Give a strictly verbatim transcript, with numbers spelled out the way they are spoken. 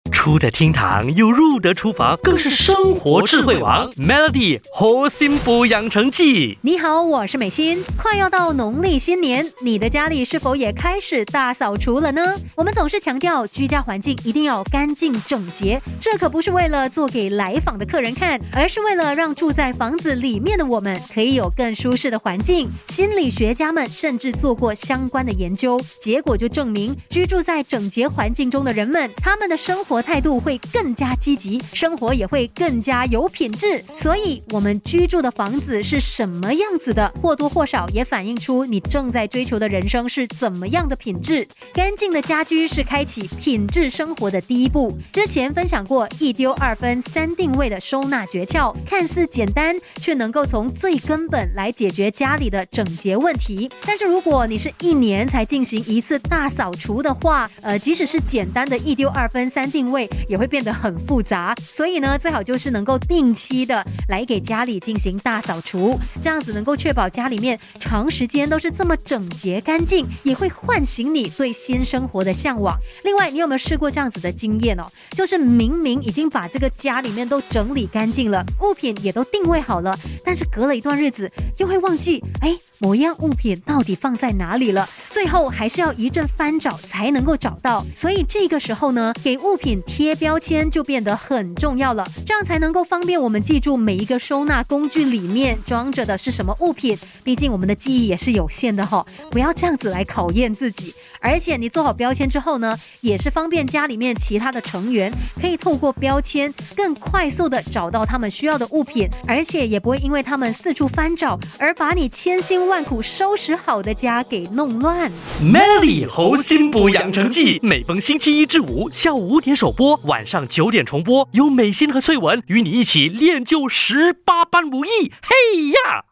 出得厅堂又入得厨房，更是生活智慧王。Melody 好心补养成记。 你好，我是美心。快要到农历新年，你的家里是否也开始大扫除了呢？我们总是强调居家环境一定要干净整洁，这可不是为了做给来访的客人看，而是为了让住在房子里面的我们可以有更舒适的环境。心理学家们甚至做过相关的研究，结果就证明居住在整洁环境中的人们，他们的生活态度会更加积极，生活也会更加有品质。所以我们居住的房子是什么样子的，或多或少也反映出你正在追求的人生是怎么样的品质。干净的家居是开启品质生活的第一步。之前分享过一丢二分三定位的收纳诀窍，看似简单，却能够从最根本来解决家里的整洁问题。但是如果你是一年才进行一次大扫除的话，呃，即使是简单的一丢二分三定位，也会变得很复杂。所以呢，最好就是能够定期的来给家里进行大扫除，这样子能够确保家里面长时间都是这么整洁干净，也会唤醒你对新生活的向往。另外，你有没有试过这样子的经验哦？就是明明已经把这个家里面都整理干净了，物品也都定位好了，但是隔了一段日子又会忘记，哎，某一样物品到底放在哪里了？最后还是要一阵翻找才能够找到。所以这个时候呢，给物品贴标签就变得很重要了，这样才能够方便我们记住每一个收纳工具里面装着的是什么物品。毕竟我们的记忆也是有限的哈，不要这样子来考验自己。而且你做好标签之后呢，也是方便家里面其他的成员可以透过标签更快速的找到他们需要的物品，而且也不会因为他们四处翻找而把你千辛万苦收拾好的家给弄乱。 Melody 好心补养成记，每逢星期一至五下午五点首播，晚上九点重播，由美心和翠文与你一起练就十八般武艺。嘿呀！